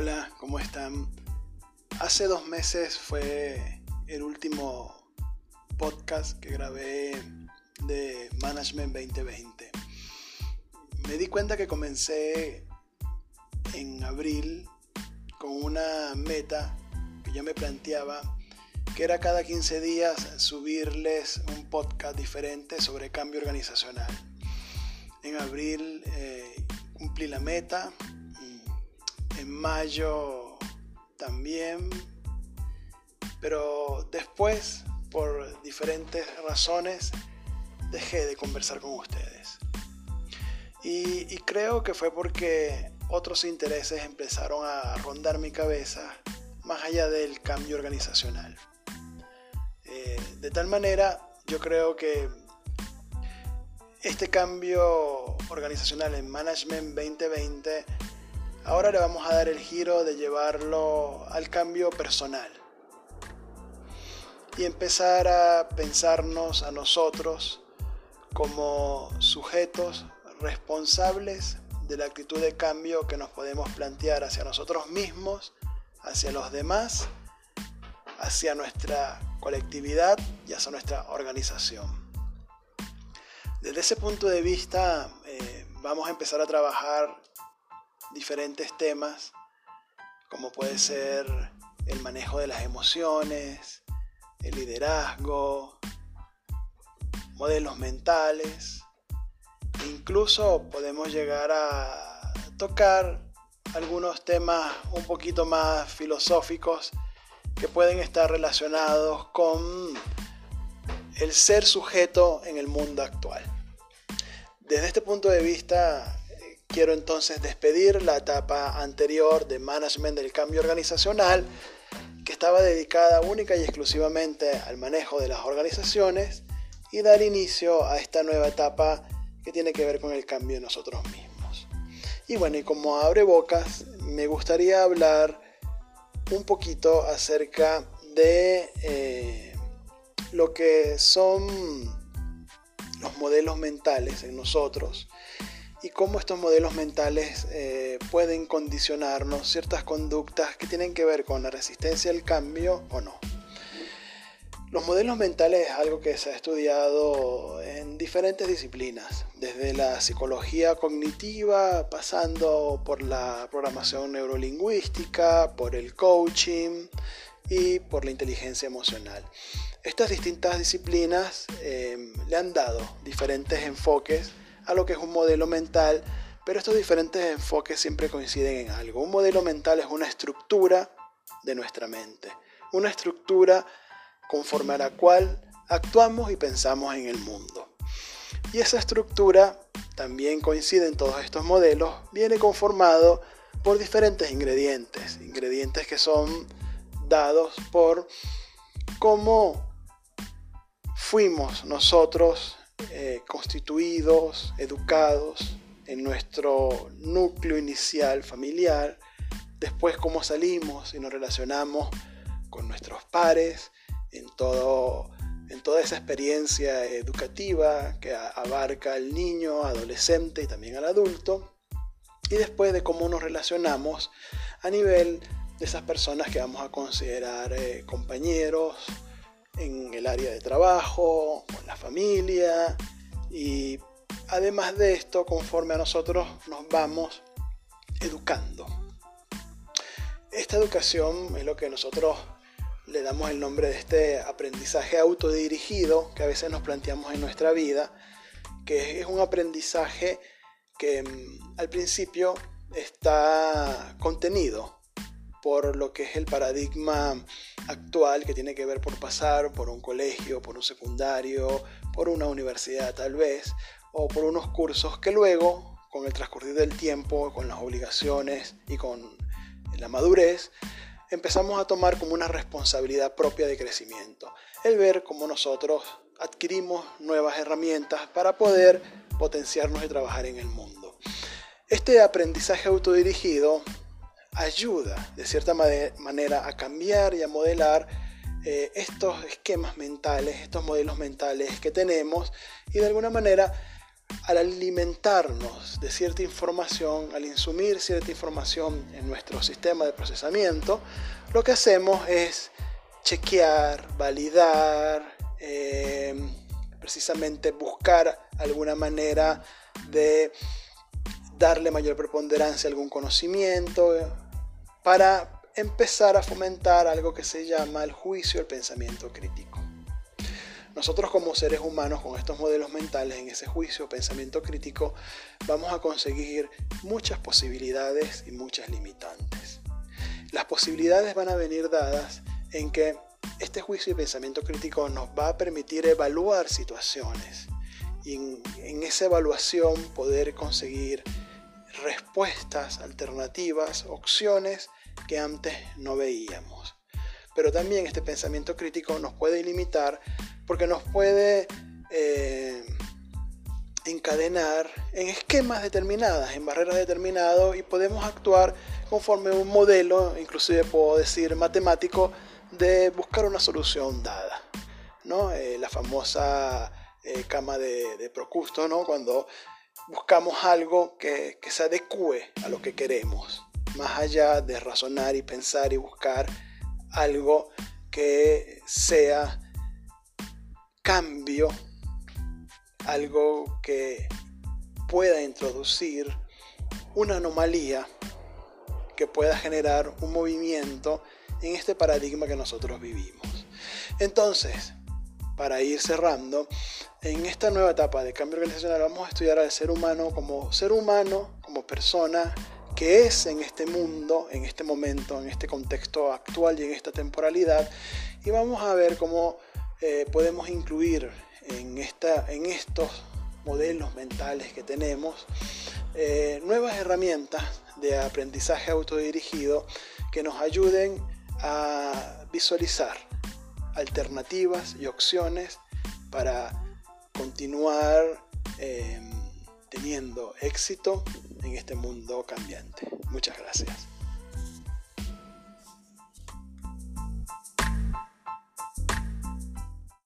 Hola, ¿cómo están? Hace 2 meses fue el último podcast que grabé de Management 2020. Me di cuenta que comencé en abril con una meta que yo me planteaba, que era cada 15 días subirles un podcast diferente sobre cambio organizacional. En abril cumplí la meta, en mayo también, pero después, por diferentes razones, dejé de conversar con ustedes. Y creo que fue porque otros intereses empezaron a rondar mi cabeza más allá del cambio organizacional. De tal manera, yo creo que este cambio organizacional en Management 2020, ahora le vamos a dar el giro de llevarlo al cambio personal y empezar a pensarnos a nosotros como sujetos responsables de la actitud de cambio que nos podemos plantear hacia nosotros mismos, hacia los demás, hacia nuestra colectividad y hacia nuestra organización. Desde ese punto de vista vamos a empezar a trabajar diferentes temas, como puede ser el manejo de las emociones, el liderazgo, modelos mentales. Incluso podemos llegar a tocar algunos temas un poquito más filosóficos que pueden estar relacionados con el ser sujeto en el mundo actual. Desde este punto de vista, quiero entonces despedir la etapa anterior de Management del Cambio Organizacional, que estaba dedicada única y exclusivamente al manejo de las organizaciones, y dar inicio a esta nueva etapa que tiene que ver con el cambio de nosotros mismos. Y bueno, y como abrebocas, me gustaría hablar un poquito acerca de lo que son los modelos mentales en nosotros y cómo estos modelos mentales pueden condicionarnos ciertas conductas que tienen que ver con la resistencia al cambio o no. Los modelos mentales es algo que se ha estudiado en diferentes disciplinas, desde la psicología cognitiva, pasando por la programación neurolingüística, por el coaching y por la inteligencia emocional. Estas distintas disciplinas le han dado diferentes enfoques a lo que es un modelo mental, pero estos diferentes enfoques siempre coinciden en algo. Un modelo mental es una estructura de nuestra mente, una estructura conforme a la cual actuamos y pensamos en el mundo. Y esa estructura, también coincide en todos estos modelos, viene conformado por diferentes ingredientes que son dados por cómo fuimos nosotros constituidos, educados en nuestro núcleo inicial familiar, después cómo salimos y nos relacionamos con nuestros pares en toda esa experiencia educativa que abarca al niño, adolescente y también al adulto, y después de cómo nos relacionamos a nivel de esas personas que vamos a considerar compañeros en el área de trabajo, con la familia, y además de esto, conforme a nosotros nos vamos educando. Esta educación es lo que nosotros le damos el nombre de este aprendizaje autodirigido que a veces nos planteamos en nuestra vida, que es un aprendizaje que al principio está contenido por lo que es el paradigma actual, que tiene que ver por pasar por un colegio, por un secundario, por una universidad tal vez, o por unos cursos que luego, con el transcurrir del tiempo, con las obligaciones y con la madurez, empezamos a tomar como una responsabilidad propia de crecimiento. El ver cómo nosotros adquirimos nuevas herramientas para poder potenciarnos y trabajar en el mundo. Este aprendizaje autodirigido ayuda de cierta manera a cambiar y a modelar estos esquemas mentales, estos modelos mentales que tenemos, y de alguna manera al alimentarnos de cierta información, al insumir cierta información en nuestro sistema de procesamiento, lo que hacemos es chequear, validar, precisamente buscar alguna manera de darle mayor preponderancia a algún conocimiento para empezar a fomentar algo que se llama el juicio, el pensamiento crítico. Nosotros como seres humanos con estos modelos mentales, en ese juicio, pensamiento crítico, vamos a conseguir muchas posibilidades y muchas limitantes. Las posibilidades van a venir dadas en que este juicio y pensamiento crítico nos va a permitir evaluar situaciones y en esa evaluación poder conseguir respuestas, alternativas, opciones que antes no veíamos. Pero también este pensamiento crítico nos puede limitar porque nos puede encadenar en esquemas determinados, en barreras determinadas, y podemos actuar conforme a un modelo, inclusive puedo decir matemático, de buscar una solución dada, ¿no? La famosa cama de Procusto, ¿no? Cuando buscamos algo que se adecue a lo que queremos, más allá de razonar y pensar y buscar algo que sea cambio, algo que pueda introducir una anomalía que pueda generar un movimiento en este paradigma que nosotros vivimos. Entonces, para ir cerrando, en esta nueva etapa de cambio organizacional vamos a estudiar al ser humano, como persona que es en este mundo, en este momento, en este contexto actual y en esta temporalidad, y vamos a ver cómo podemos incluir en estos modelos mentales que tenemos nuevas herramientas de aprendizaje autodirigido que nos ayuden a visualizar alternativas y opciones para continuar teniendo éxito en este mundo cambiante. Muchas gracias.